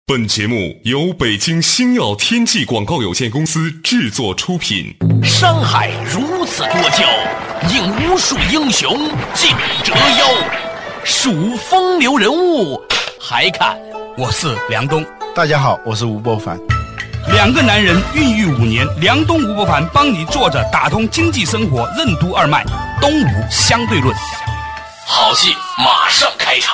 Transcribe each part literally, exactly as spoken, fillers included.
本节目由北京星耀天际广告有限公司制作出品。 山海如此多娇，引无数英雄竞折腰。数风流人物，还看我是梁冬。 大家好，我是吴伯凡。 两个男人孕育五年，梁冬吴伯凡帮你坐着打通经济生活任督二脉，东吴相对论。 好戏马上开场。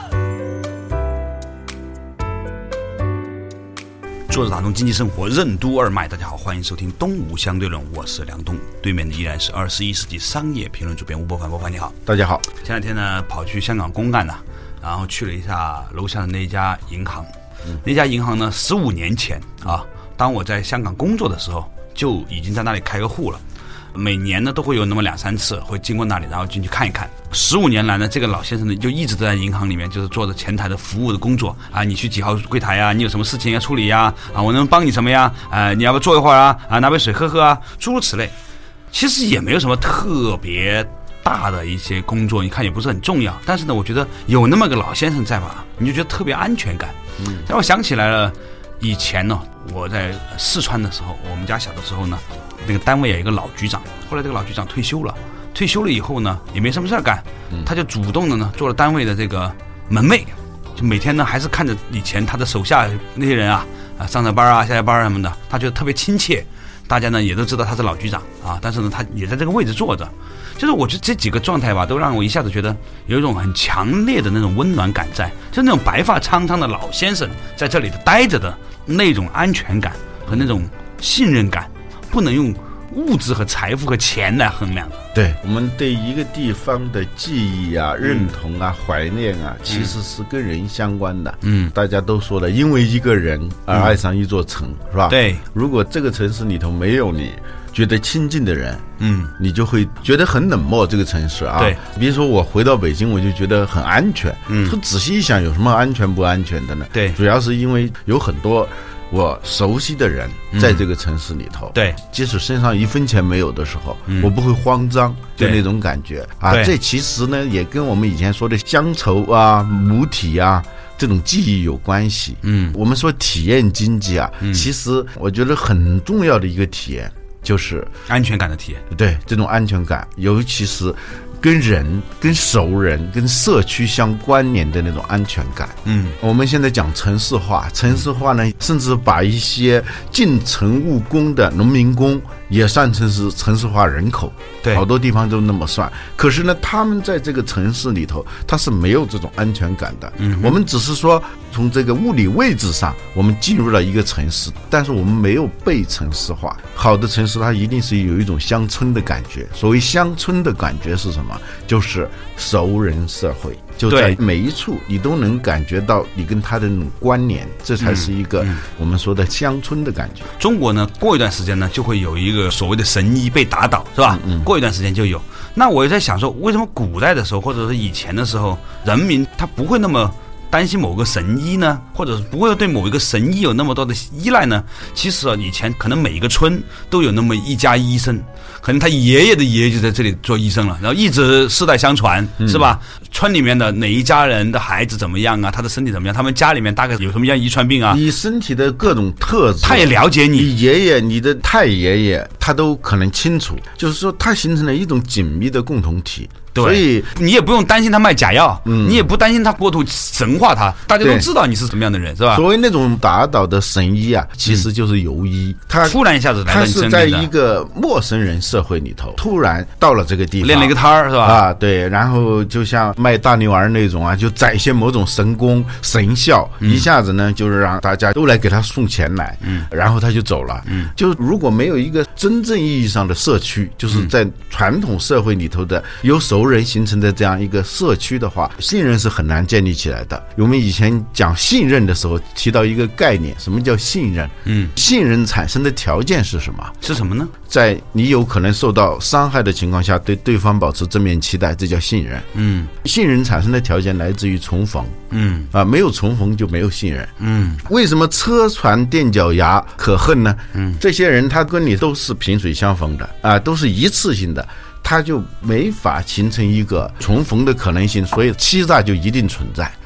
坐着打通经济生活任督二脉，大家好，欢迎收听东吴相对论，我是梁冬，对面的依然是二十一世纪商业评论主编吴伯凡。伯凡你好。 大家好。 前两天呢跑去香港公干呢，然后去了一下楼下的那家银行，嗯、那家银行呢十五年前啊，当我在香港工作的时候就已经在那里开个户了，每年呢都会有那么两三次会经过那里，然后进去看一看。十五年来呢，这个老先生呢就一直都在银行里面，就是做着前台的服务的工作啊。你去几号柜台啊？你有什么事情要处理呀？啊，我能帮你什么呀？啊，你要不要坐一会儿啊？啊，拿杯水喝喝啊，诸如此类。其实也没有什么特别大的一些工作，你看也不是很重要。但是呢，我觉得有那么个老先生在吧，你就觉得特别安全感。嗯，让我想起来了，以前呢，我在四川的时候，我们家小的时候呢，那个单位有一个老局长，后来这个老局长退休了。退休了以后呢，也没什么事儿干，他就主动的呢做了单位的这个门卫，就每天呢还是看着以前他的手下那些人啊啊上着班啊下下班什么的，他觉得特别亲切。大家呢也都知道他是老局长啊，但是呢他也在这个位置坐着，就是我觉得这几个状态吧，都让我一下子觉得有一种很强烈的那种温暖感在，就那种白发苍苍的老先生在这里的待着的那种安全感和那种信任感，不能用物质和财富和钱来衡量。 对，我们对一个地方的记忆啊、认同啊、嗯、怀念啊，其实是跟人相关的。嗯，大家都说了，因为一个人而爱上一座城，嗯、是吧？对，如果这个城市里头没有你觉得亲近的人，嗯，你就会觉得很冷漠。这个城市啊，对，比如说我回到北京，我就觉得很安全。嗯，可仔细一想，有什么安全不安全的呢？对，主要是因为有很多我熟悉的人在这个城市里头，嗯、对，即使身上一分钱没有的时候，嗯、我不会慌张，就那种感觉啊。这其实呢，也跟我们以前说的乡愁啊、母体啊这种记忆有关系。嗯，我们说体验经济啊，嗯、其实我觉得很重要的一个体验就是安全感的体验。 对，这种安全感，尤其是跟人、跟熟人、跟社区相关联的那种安全感。嗯，我们现在讲城市化，城市化呢，甚至把一些进城务工的农民工也算成是城市化人口。对，好多地方都那么算。可是呢，他们在这个城市里头，他是没有这种安全感的。嗯，我们只是说从这个物理位置上，我们进入了一个城市，但是我们没有被城市化。好的城市，它一定是有一种乡村的感觉。所谓乡村的感觉是什么？就是熟人社会，就在每一处你都能感觉到你跟他的那种关联，这才是一个我们说的乡村的感觉。 嗯嗯、中国呢，过一段时间呢，就会有一个所谓的神医被打倒，是吧？嗯，过一段时间就有。那我也在想说，为什么古代的时候，或者是以前的时候，人民他不会那么担心某个神医呢，或者是不会对某一个神医有那么多的依赖呢？其实啊，以前可能每一个村都有那么一家医生，可能他爷爷的爷爷就在这里做医生了，然后一直世代相传，嗯、是吧？村里面的哪一家人的孩子怎么样啊？他的身体怎么样？他们家里面大概有什么样遗传病啊？ 你身体的各种特质， 他也了解你。 你爷爷、你的太爷爷，他都可能清楚，就是说，他形成了一种紧密的共同体。所以你也不用担心他卖假药，嗯、你也不担心他国土神化他，大家都知道你是什么样的人，是吧？ 所谓那种打倒的神医啊，其实就是游医，嗯、他突然一下子来到你身边的， 他是在一个陌生人社会里头，突然到了这个地方， 练了一个摊儿，是吧？ 啊，对，然后就像卖大牛丸那种啊，就展现某种神功神效，嗯、一下子呢，就是让大家都来给他送钱来，嗯，然后他就走了，嗯，就如果没有一个真正意义上的社区，就是在传统社会里头的由熟人形成的这样一个社区的话，信任是很难建立起来的。我们以前讲信任的时候提到一个概念，什么叫信任？嗯，信任产生的条件是什么？ 是什么呢？ 在你有可能受到伤害的情况下，对对方保持正面期待，这叫信任。嗯，信任产生的条件来自于重逢。嗯，啊，没有重逢就没有信任。嗯，为什么车船垫脚牙可恨呢？嗯，这些人他跟你都是萍水相逢的啊，都是一次性的。他就没法形成一个重逢的可能性，所以欺诈就一定存在。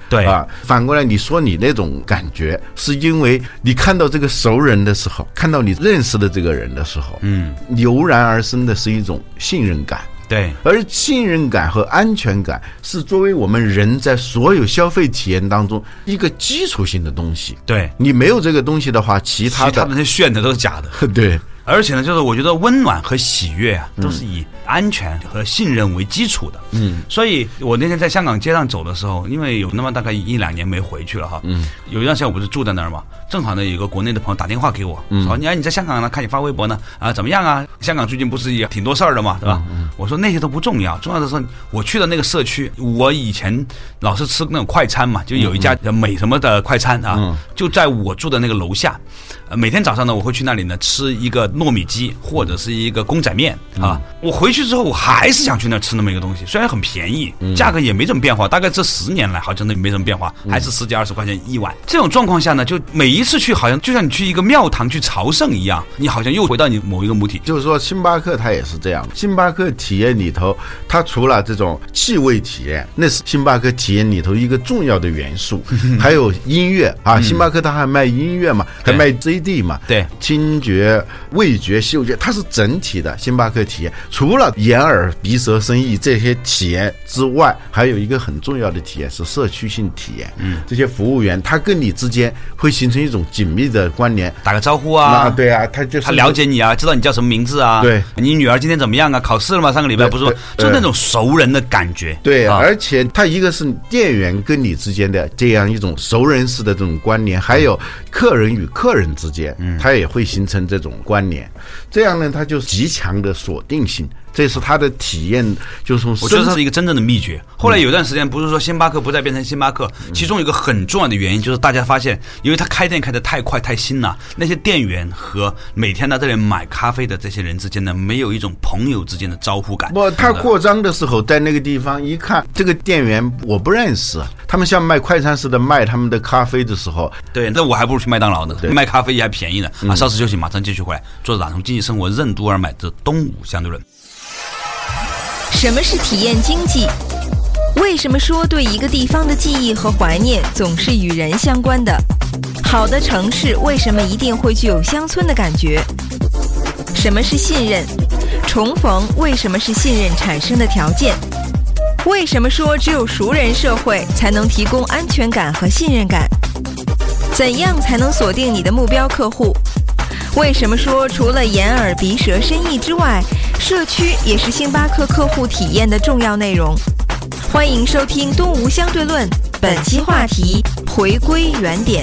对啊，反过来你说你那种感觉，是因为你看到这个熟人的时候，看到你认识的这个人的时候，嗯，油然而生的是一种信任感。 对， 而信任感和安全感是作为我们人在所有消费体验当中一个基础性的东西。 对， 你没有这个东西的话，其他的其他的那些炫的都是假的。 对。 而且呢，就是我觉得温暖和喜悦啊，都是以安全和信任为基础的。嗯，所以我那天在香港街上走的时候，因为有那么大概一两年没回去了哈。嗯，有一段时间我不是住在那儿嘛，正好呢有一个国内的朋友打电话给我，嗯、说你哎你在香港呢，看你发微博呢，啊怎么样啊？香港最近不是也挺多事儿的嘛，对吧？嗯嗯、我说那些都不重要，重要的是我去的那个社区，我以前老是吃那种快餐嘛，就有一家叫美什么的快餐啊，嗯、就在我住的那个楼下。呃，每天早上呢，我会去那里呢吃一个糯米鸡或者是一个公仔面啊。嗯、我回去之后，我还是想去那吃那么一个东西，虽然很便宜，嗯、价格也没怎么变化，大概这十年来好像都没什么变化，嗯、还是十几二十块钱一碗。这种状况下呢，就每一次去好像就像你去一个庙堂去朝圣一样，你好像又回到你某一个母体。 就是说，星巴克它也是这样，星巴克体验里头，它除了这种气味体验，那是星巴克体验里头一个重要的元素，还有音乐啊，嗯、星巴克它还卖音乐嘛，还卖 C D 嘛， 对， 听觉、味觉、嗅觉，它是整体的星巴克体验。除了眼耳鼻舌身意这些体验之外，还有一个很重要的体验是社区性体验。嗯，这些服务员他跟你之间会形成一种紧密的关联， 打个招呼啊， 对啊，他就是他了解你啊，知道你叫什么名字啊， 对， 你女儿今天怎么样啊？考试了吗？上个礼拜不是说，就那种熟人的感觉。 对，啊、而且他一个是店员跟你之间的这样一种熟人式的这种关联，还有客人与客人之间。嗯，它也会形成这种关联，这样呢，它就极强的锁定性，这是它的体验，就是从我觉得这是一个真正的秘诀。后来有段时间，不是说星巴克不再变成星巴克，嗯、其中有一个很重要的原因就是大家发现，因为它开店开得太快太新了，那些店员和每天在这里买咖啡的这些人之间呢，没有一种朋友之间的招呼感。 不，他扩张的时候，在那个地方一看，这个店员我不认识，他们像卖快餐似的卖他们的咖啡的时候， 对，那我还不如去麦当劳呢，卖咖啡也还便宜呢。啊，稍事休息，马上继续回来。做打通经济生活任督二脉的东吴相对论。 什么是体验经济？为什么说对一个地方的记忆和怀念总是与人相关的？好的城市为什么一定会具有乡村的感觉？什么是信任？重逢为什么是信任产生的条件？为什么说只有熟人社会才能提供安全感和信任感？怎样才能锁定你的目标客户？为什么说除了眼耳鼻舌身意之外，社区也是星巴克客户体验的重要内容？欢迎收听东吴相对论，本期话题回归原点。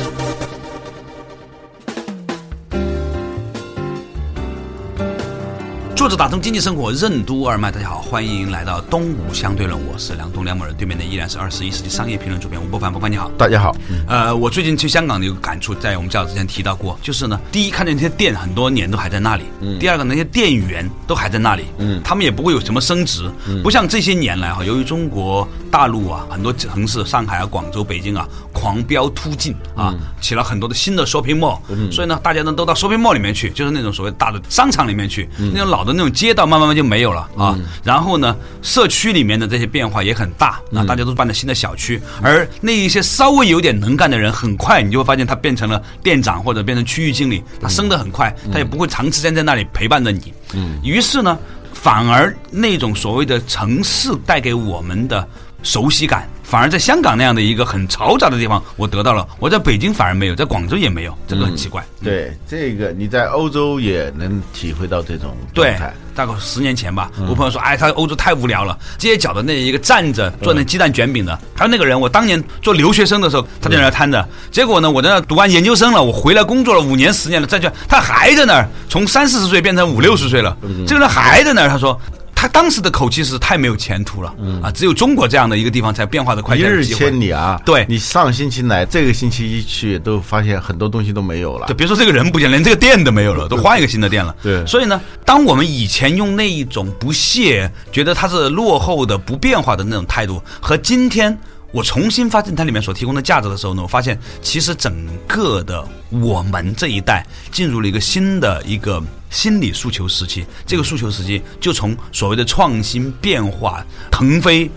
作者打通经济生活任督二脉，大家好，欢迎来到东吴相对论，我是梁东梁某人，对面的依然是二十一世纪商业评论主编吴伯凡。伯凡你好。 大家好。 呃，我最近去香港的一个感触，在我们较早之前提到过，就是呢，第一，看见那些店很多年都还在那里；嗯、第二个，那些店员都还在那里，嗯，他们也不会有什么升值，嗯、不像这些年来哈，由于中国大陆啊很多城市，上海啊、广州、北京啊狂飙突进啊，嗯、起了很多的新的 shopping mall，嗯、所以呢，大家呢都到 shopping mall 里面去，就是那种所谓大的商场里面去，嗯、那种老的那种街道慢慢慢就没有了啊。嗯、然后呢，社区里面的这些变化也很大，啊，大家都搬到新的小区，嗯、而那一些稍微有点能干的人，很快你就会发现他变成了店长或者变成区域经理，他升得很快，嗯、他也不会长时间在那里陪伴着你。嗯，于是呢，反而那种所谓的城市带给我们的熟悉感，反而在香港那样的一个很嘈杂的地方我得到了，我在北京反而没有，在广州也没有，这个很奇怪。 嗯、对，嗯、这个你在欧洲也能体会到这种状态。 对，大概十年前吧，嗯、我朋友说，哎，他欧洲太无聊了，街角的那一个站着做那鸡蛋卷饼的，还有那个人，我当年做留学生的时候，他在那儿摊着，结果呢，我在那读完研究生了，我回来工作了五年十年了，再去他还在那儿，从三四十岁变成五六十岁了，嗯、这个人还在那儿，他说。他当时的口气是太没有前途了，嗯、啊，只有中国这样的一个地方才变化的快， 一日千里啊！ 对， 你上星期来，这个星期一去，都发现很多东西都没有了。 对，别说这个人不见，连这个店都没有了，都换一个新的店了。 对， 所以呢，当我们以前用那一种不屑，觉得它是落后的、不变化的那种态度，和今天我重新发现它里面所提供的价值的时候呢，我发现其实整个的我们这一代进入了一个新的一个心理诉求时期。这个诉求时期就从所谓的创新变化腾飞，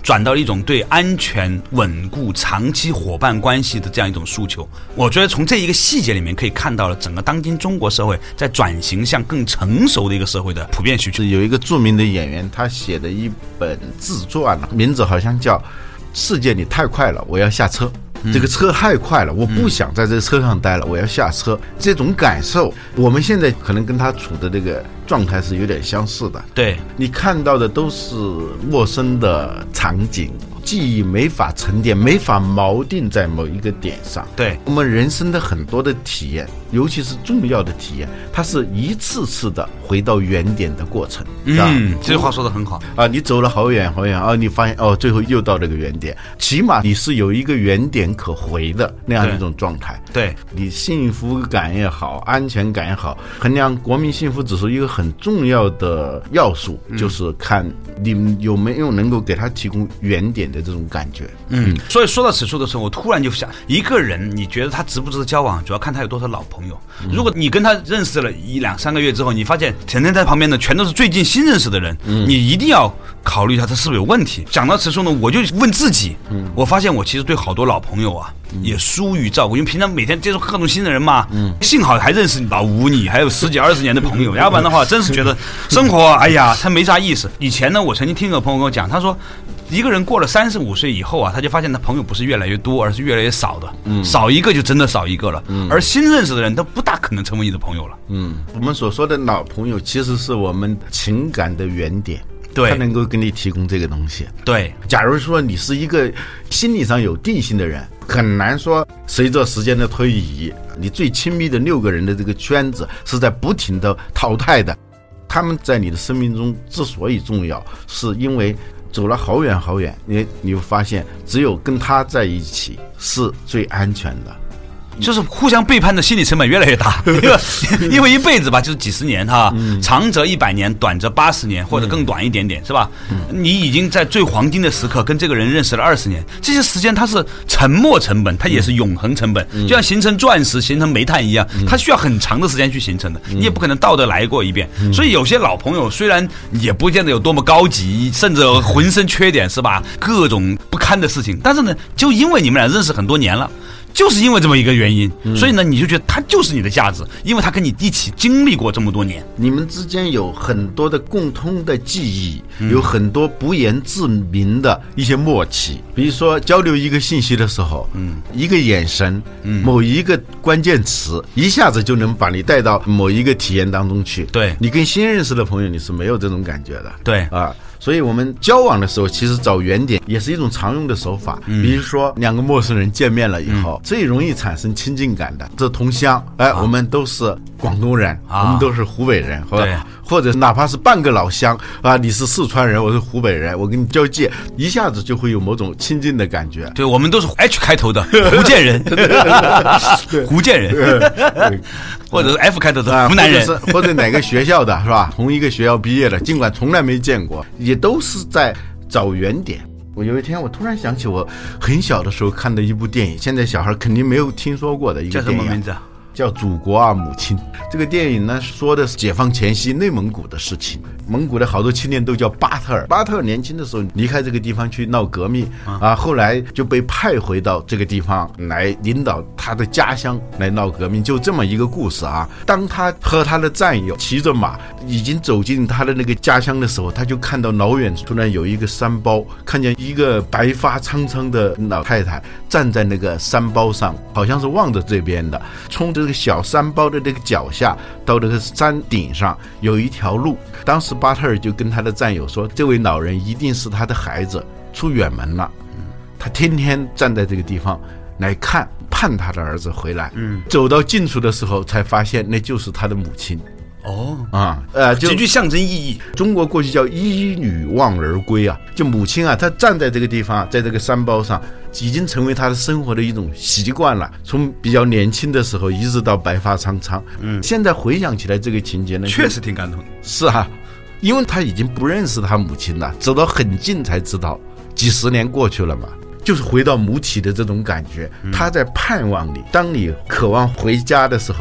转到了一种对安全、稳固、长期伙伴关系的这样一种诉求。我觉得从这一个细节里面可以看到了整个当今中国社会在转型向更成熟的一个社会的普遍需求。 有一个著名的演员，他写的一本自传，名字好像叫《世界你太快了，我要下车》。这个车太快了，我不想在这个车上待了，我要下车。这种感受，我们现在可能跟他处的这个状态是有点相似的。 对， 你看到的都是陌生的场景，记忆没法沉淀，没法锚定在某一个点上。 对， 我们人生的很多的体验，尤其是重要的体验，它是一次次的回到原点的过程。 嗯，这句话说得很好啊！你走了好远好远啊，你发现哦，最后又到这个原点，起码你是有一个原点可回的那样一种状态。 对， 你幸福感也好，安全感也好，衡量国民幸福指数一个很重要的要素，嗯、就是看你有没有能够给他提供原点的这种感觉。 嗯，所以说到此处的时候，我突然就想，一个人你觉得他值不值得交往，主要看他有多少老朋友。嗯、如果你跟他认识了一两三个月之后，你发现天天在旁边的全都是最近新认识的人，嗯、你一定要考虑一下他是不是有问题。讲到此处呢，我就问自己，嗯、我发现我其实对好多老朋友啊。也疏于照顾，因为平常每天接触各种新的人嘛，嗯，幸好还认识老吴你，还有十几二十年的朋友，要不然的话，真是觉得生活，哎呀，他没啥意思。以前呢，我曾经听个朋友跟我讲，他说，一个人过了三十五岁以后啊，他就发现他朋友不是越来越多，而是越来越少的，嗯，少一个就真的少一个了，嗯，而新认识的人都不大可能成为你的朋友了， 嗯，我们所说的老朋友，其实是我们情感的原点。 对， 他能够给你提供这个东西。 对， 假如说你是一个心理上有定性的人，很难说随着时间的推移，你最亲密的六个人的这个圈子是在不停的淘汰的。他们在你的生命中之所以重要，是因为走了好远好远，你你会发现只有跟他在一起是最安全的。 就是互相背叛的心理成本越来越大，因为因为一辈子吧，就是几十年哈，嗯、长则一百年，短则八十年，或者更短一点点，嗯、是吧？嗯、你已经在最黄金的时刻跟这个人认识了二十年，这些时间它是沉没成本，它也是永恒成本，嗯、就像形成钻石、形成煤炭一样，它需要很长的时间去形成的，嗯、你也不可能倒着来过一遍。嗯、所以有些老朋友虽然也不见得有多么高级，甚至浑身缺点是吧？各种不堪的事情，但是呢，就因为你们俩认识很多年了。就是因为这么一个原因，嗯、所以呢，你就觉得他就是你的价值，因为他跟你一起经历过这么多年， 你们之间有很多的共通的记忆，嗯、有很多不言自明的一些默契。比如说交流一个信息的时候，嗯，一个眼神，嗯，某一个关键词，一下子就能把你带到某一个体验当中去。 对， 你跟新认识的朋友，你是没有这种感觉的。 对啊。所以我们交往的时候，其实找原点也是一种常用的手法。嗯、比如说两个陌生人见面了以后，嗯、最容易产生亲近感的，这同乡，哎，啊、我们都是广东人，啊、我们都是湖北人，对，或者哪怕是半个老乡啊，你是四川人，我是湖北人，我跟你交界，一下子就会有某种亲近的感觉。 对，我们都是 H 开头的福建人，福建人，或者是 F 开头的湖南人， 啊、或者是或者哪个学校的是吧？同一个学校毕业的，尽管从来没见过。也都是在找原点。我有一天，我突然想起我很小的时候看的一部电影，现在小孩肯定没有听说过的一个电影， 叫什么名字啊？ 叫《祖国啊，母亲》。这个电影呢，说的是解放前夕内蒙古的事情。蒙古的好多青年都叫巴特尔。巴特尔年轻的时候离开这个地方去闹革命啊，后来就被派回到这个地方来领导他的家乡来闹革命，就这么一个故事啊。当他和他的战友骑着马已经走进他的那个家乡的时候，他就看到老远突然有一个山包，看见一个白发苍苍的老太太站在那个山包上，好像是望着这边的。从这个小山包的这个脚下到这个山顶上有一条路，当时巴特尔就跟他的战友说，这位老人一定是他的孩子出远门了，他天天站在这个地方来看盼他的儿子回来，嗯，走到近处的时候才发现那就是他的母亲。 哦啊，呃， 极具象征意义。 中国过去叫一女望而归啊，就母亲啊，她站在这个地方，在这个山包上，已经成为她的生活的一种习惯了。从比较年轻的时候，一直到白发苍苍。嗯，现在回想起来这个情节呢， 确实挺感动。 是啊，因为他已经不认识他母亲了，走到很近才知道，几十年过去了嘛。就是回到母体的这种感觉，他在盼望你。当你渴望回家的时候，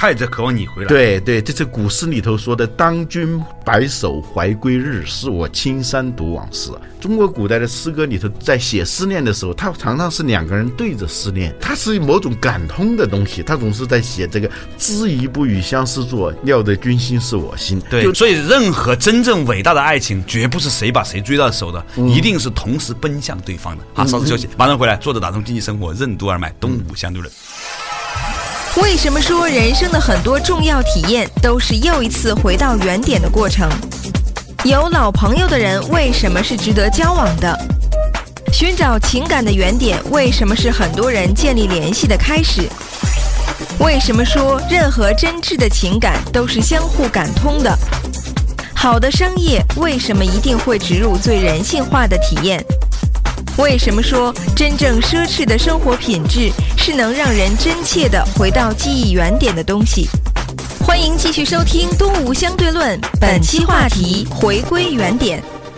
他也在渴望你回来。 对对，这是古诗里头说的当君白首怀归日，是我青山独往事。中国古代的诗歌里头在写思念的时候，他常常是两个人对着思念，他是某种感通的东西，他总是在写这个知宜不与相思作，料得君心是我心。 对，所以任何真正伟大的爱情绝不是谁把谁追到手的、嗯、一定是同时奔向对方的。好，稍事休息，马上回来。作者打通经济生活，任督二脉，东吴相对论。 为什么说人生的很多重要体验都是又一次回到原点的过程？有老朋友的人为什么是值得交往的？寻找情感的原点为什么是很多人建立联系的开始？为什么说任何真挚的情感都是相互感通的？好的商业为什么一定会植入最人性化的体验？为什么说真正奢侈的生活品质是能让人真切地回到记忆原点的东西？欢迎继续收听《东吴相对论》，本期话题：回归原点。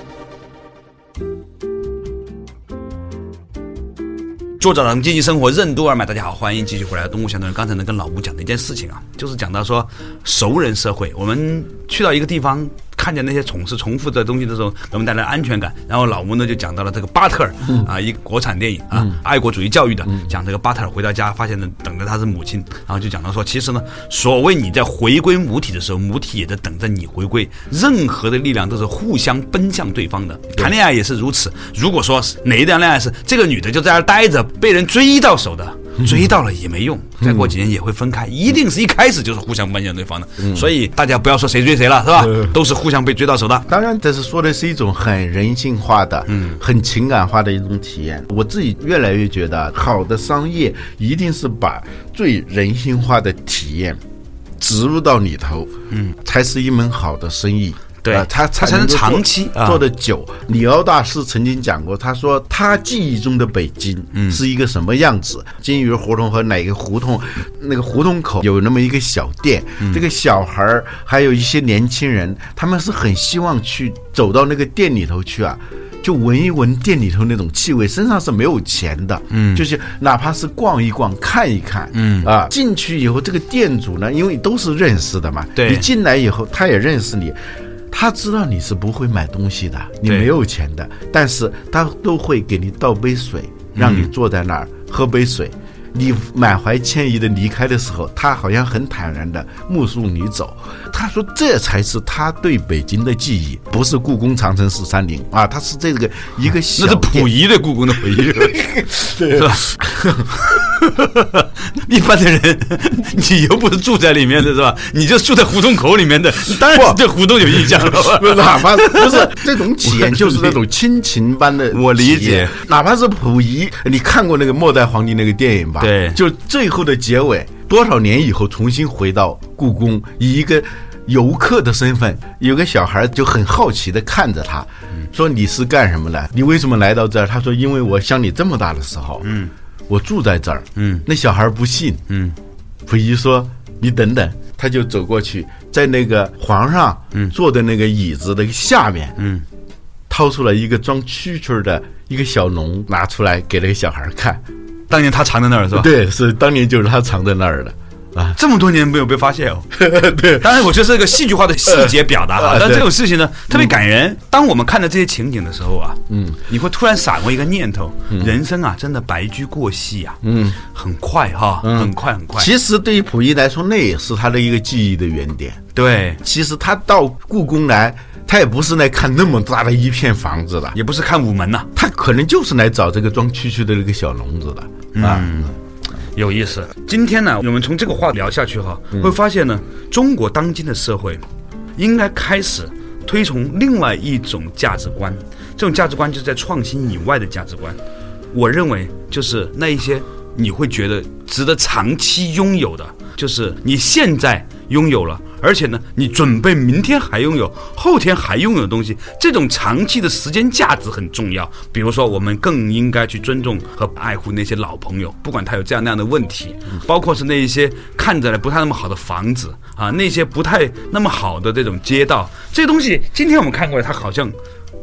作者的经济生活，任督二脉，大家好，欢迎继续回来。东吴相对论，刚才呢跟老吴讲的一件事情啊，就是讲到说熟人社会，我们去到一个地方，看见那些总是重复的东西的时候，给我们带来安全感。然后老吴呢就讲到了这个巴特尔、嗯、啊，一个国产电影啊、嗯，爱国主义教育的，嗯、讲这个巴特尔回到家，发现呢等着他是母亲，然后就讲到说，其实呢，所谓你在回归母体的时候，母体也在等着你回归。任何的力量都是互相奔向对方的，谈恋爱也是如此。如果说哪一段恋爱是这个女的就在那待着，被人追到手的，追到了也没用，再过几年也会分开，一定是一开始就是互相奔向对方的。嗯、所以大家不要说谁追谁了，是吧？嗯、都是互相被追到手的。 当然，这是说的是一种很人性化的、嗯、很情感化的一种体验。我自己越来越觉得，好的商业一定是把最人性化的体验植入到里头，嗯，才是一门好的生意。 对，呃、他他才能长期做得久。啊、李敖大师曾经讲过，他说他记忆中的北京是一个什么样子？嗯、金鱼胡同和哪个胡同，那个胡同口有那么一个小店，嗯、这个小孩还有一些年轻人，他们是很希望去走到那个店里头去啊。就闻一闻店里头那种气味，身上是没有钱的，嗯，就是哪怕是逛一逛、看一看，嗯啊，进去以后，这个店主呢，因为都是认识的嘛，对，你进来以后，他也认识你。他知道你是不会买东西的，你没有钱的，但是他都会给你倒杯水，让你坐在那儿、嗯、喝杯水。你满怀歉意的离开的时候，他好像很坦然的目送你走。他说这才是他对北京的记忆，不是故宫长城四三零啊，他是这个一个小那是溥仪对故宫的回忆是吧？一般的人你又不是住在里面的是吧？你就住在胡同口里面的，当然对胡同有印象了。 哪怕不是这种体验，就是那种亲情般的。 我理解， 哪怕是溥仪，你看过那个末代皇帝那个电影吧？ 对， 就最后的结尾，多少年以后重新回到故宫，以一个游客的身份，有个小孩就很好奇的看着他，嗯、说你是干什么的？你为什么来到这儿？他说因为我像你这么大的时候，嗯，我住在这儿，嗯，那小孩不信，嗯，溥仪说你等等，他就走过去，在那个皇上坐的那个椅子的下面，嗯，掏出了一个装蛐蛐的一个小笼，拿出来给那个小孩看。 当年他藏在那儿是吧？ 对，是当年就是他藏在那儿的啊， 这么多年没有被发现哦。对，当然我觉得是一个戏剧化的细节表达哈，但这种事情呢特别感人。当我们看到这些情景的时候啊，嗯，你会突然闪过一个念头，嗯、人生啊真的白驹过隙啊，嗯，很快哈，嗯、很快很快。 其实对于溥仪来说，那也是他的一个记忆的原点。 对， 其实他到故宫来，他也不是来看那么大的一片房子的， 也不是看午门呐、啊， 他可能就是来找这个装蛐蛐的那个小笼子的。啊、嗯， 有意思。今天呢，我们从这个话聊下去哈，会发现呢，中国当今的社会应该开始推崇另外一种价值观，这种价值观就是在创新以外的价值观。我认为就是那一些你会觉得值得长期拥有的，就是你现在拥有了，而且呢，你准备明天还拥有，后天还拥有的东西，这种长期的时间价值很重要。比如说，我们更应该去尊重和爱护那些老朋友，不管他有这样那样的问题，包括是那一些看起来不太那么好的房子啊，那些不太那么好的这种街道，这些东西，今天我们看过来，它好像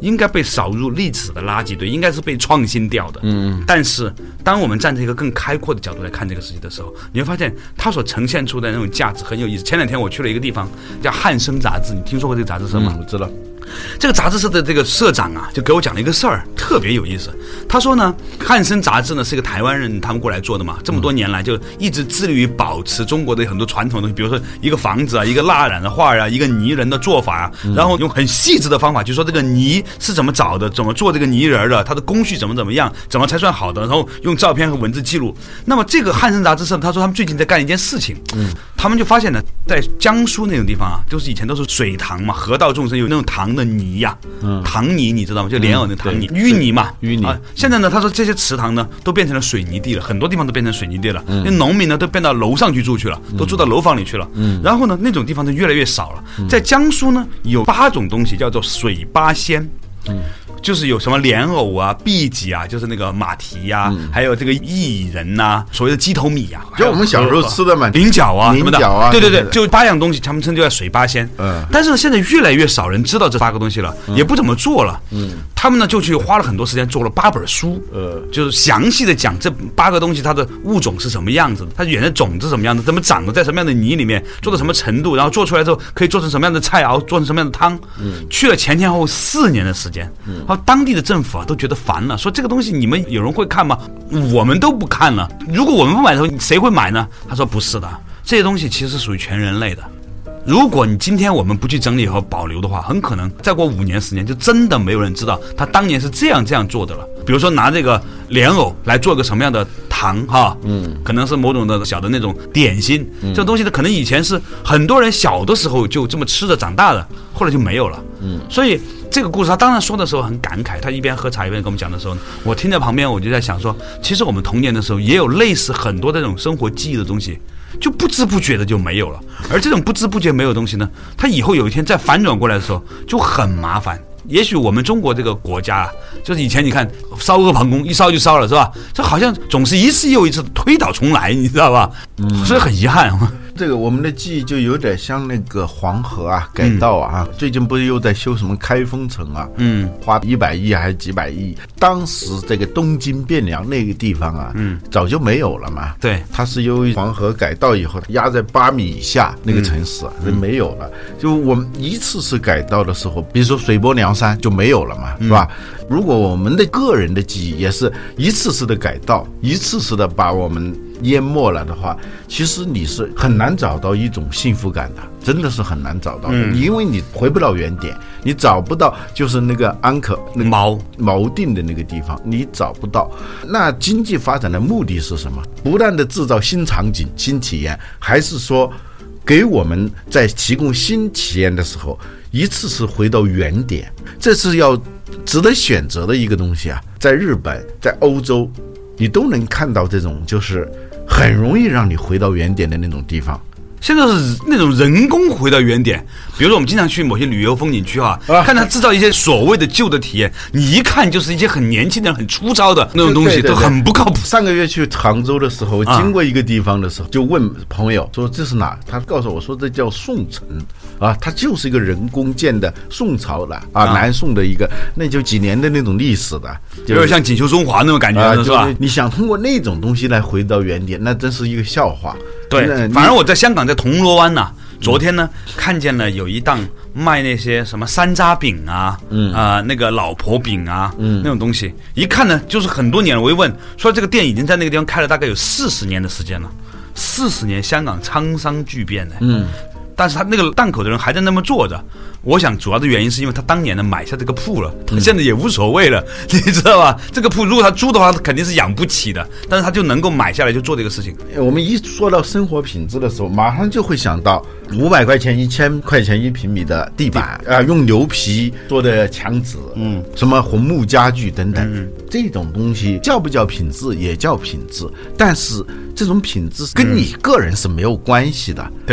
应该被扫入历史的垃圾堆，应该是被创新掉的。嗯，但是当我们站在一个更开阔的角度来看这个事情的时候，你会发现它所呈现出的那种价值很有意思。前两天我去了一个地方叫汉生杂志，你听说过这个杂志社吗？ 嗯，我知道。 这个杂志社的这个社长啊，就给我讲了一个事儿，特别有意思。他说呢，汉生杂志呢是一个台湾人他们过来做的嘛，这么多年来就一直致力于保持中国的很多传统的东西，比如说一个房子啊，一个蜡染的画啊，一个泥人的做法啊，然后用很细致的方法，就说这个泥是怎么找的，怎么做这个泥人的，它的工序怎么怎么样，怎么才算好的，然后用照片和文字记录。那么这个汉生杂志社，他说他们最近在干一件事情，嗯，他们就发现呢，在江苏那种地方啊，就是以前都是水塘嘛，河道纵深，有那种塘的泥呀、啊。嗯，塘泥你知道吗？就莲藕那塘泥，淤泥嘛， 淤泥、 啊。现在呢，他说这些池塘呢都变成了水泥地了，很多地方都变成水泥地了。嗯，那农民呢都变到楼上去住去了，都住到楼房里去了。嗯，然后呢，那种地方就越来越少了。在江苏呢，有八种东西叫做水八仙。嗯。就是有什么莲藕啊、碧脊啊，就是那个马蹄呀、啊嗯，还有这个薏仁呐、啊，所谓的鸡头米啊， 就我们小时候吃的嘛， 菱角啊， 菱角啊， 对对对，就八样东西，他们称就叫水八仙。嗯，但是呢，现在越来越少人知道这八个东西了，嗯、也不怎么做了。嗯，他们呢就去花了很多时间做了八本书，呃，就是详细的讲这八个东西它的物种是什么样子的，它原的种子什么样子，怎么长的，在什么样的泥里面，做到什么程度，然后做出来之后可以做成什么样的菜肴，做成什么样的汤。嗯，去了前前后后四年的时间，嗯，然后当地的政府都觉得烦了，说这个东西你们有人会看吗？我们都不看了。如果我们不买的时候，谁会买呢？他说不是的，这些东西其实属于全人类的。如果你今天我们不去整理和保留的话，很可能再过五年十年就真的没有人知道他当年是这样这样做的了。比如说拿这个莲藕来做个什么样的糖哈，嗯，可能是某种的小的那种点心，嗯、这种东西呢，可能以前是很多人小的时候就这么吃着长大的，后来就没有了，嗯，所以这个故事他当然说的时候很感慨，他一边喝茶一边跟我们讲的时候呢，我听在旁边我就在想说，其实我们童年的时候也有类似很多这种生活记忆的东西。就不知不觉的就没有了，而这种不知不觉没有的东西呢，它以后有一天再反转过来的时候就很麻烦。也许我们中国这个国家啊，就是以前你看烧阿房宫一烧就烧了是吧？这好像总是一次又一次推倒重来，你知道吧？嗯，所以很遗憾。 这个我们的记忆就有点像那个黄河啊，改道啊，嗯、最近不是又在修什么开封城啊？嗯，花一百亿还是几百亿？当时这个东京汴梁那个地方啊，嗯，早就没有了嘛。 对， 它是由于黄河改道以后压在八米以下那个城市啊，嗯、没有了。就我们一次次改道的时候，比如说水泊梁山就没有了嘛，是吧？嗯、如果我们的个人的记忆也是一次次的改道，一次次的把我们淹没了的话，其实你是很难找到一种幸福感的，真的是很难找到的，嗯、因为你回不到原点，你找不到就是那个安可那个锚锚定的那个地方，你找不到。那经济发展的目的是什么？不断的制造新场景、新体验，还是说给我们在提供新体验的时候，一次次回到原点？这是要值得选择的一个东西啊！在日本，在欧洲，你都能看到这种就是很容易让你回到原点的那种地方。 现在是那种人工回到原点，比如说我们经常去某些旅游风景区啊，啊看他制造一些所谓的旧的体验，你一看就是一些很年轻的、很粗糙的那种东西，对对对，都很不靠谱。 上个月去杭州的时候，经过一个地方的时候，啊、就问朋友说这是哪？他告诉我说这叫宋城啊，它就是一个人工建的宋朝的啊，啊南宋的一个，那就几年的那种历史的， 有点像锦绣中华那种感觉，啊、是吧？ 你想通过那种东西来回到原点，那真是一个笑话。 对，反正我在香港，在铜锣湾呐、啊，昨天呢、嗯、看见了有一档卖那些什么山楂饼啊，嗯啊、呃、那个老婆饼啊，嗯那种东西，一看呢就是很多年了。我一问说这个店已经在那个地方开了大概有四十年的时间了，四十年香港沧桑巨变呢，嗯。但是他那个档口的人还在那么做着，我想主要的原因是因为他当年呢买下这个铺了，他现在也无所谓了，嗯、你知道吧？这个铺如果他租的话，他肯定是养不起的，但是他就能够买下来就做这个事情。 我们一说到生活品质的时候，马上就会想到五百块钱、一千块钱一平米的地板啊、呃，用牛皮做的墙纸，嗯，什么红木家具等等，嗯、这种东西叫不叫品质也叫品质，但是这种品质跟你个人是没有关系的， 嗯、对。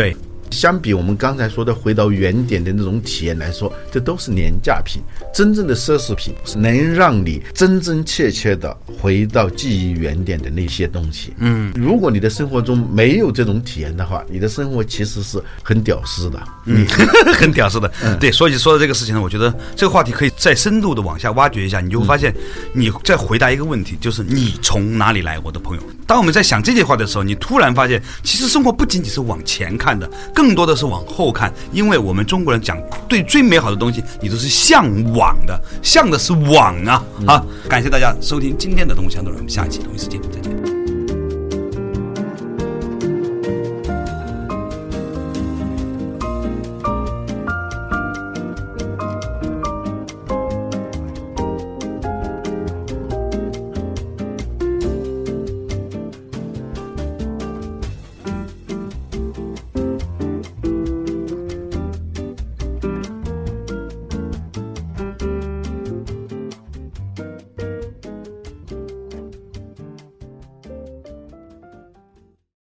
相比我们刚才说的回到原点的那种体验来说，这都是廉价品。真正的奢侈品是能让你真真切切的回到记忆原点的那些东西。嗯，如果你的生活中没有这种体验的话，你的生活其实是很屌丝的。 嗯，很屌丝的。嗯，对，所以说到这个事情呢，我觉得这个话题可以再深度的往下挖掘一下，你就会发现，你在回答一个问题，就是你从哪里来，我的朋友。当我们在想这句话的时候，你突然发现，其实生活不仅仅是往前看的，更多的是往后看，因为我们中国人讲对最美好的东西，你都是向往的，向的是往啊。好，感谢大家收听今天的东乡的人，我们下期同一时间再见。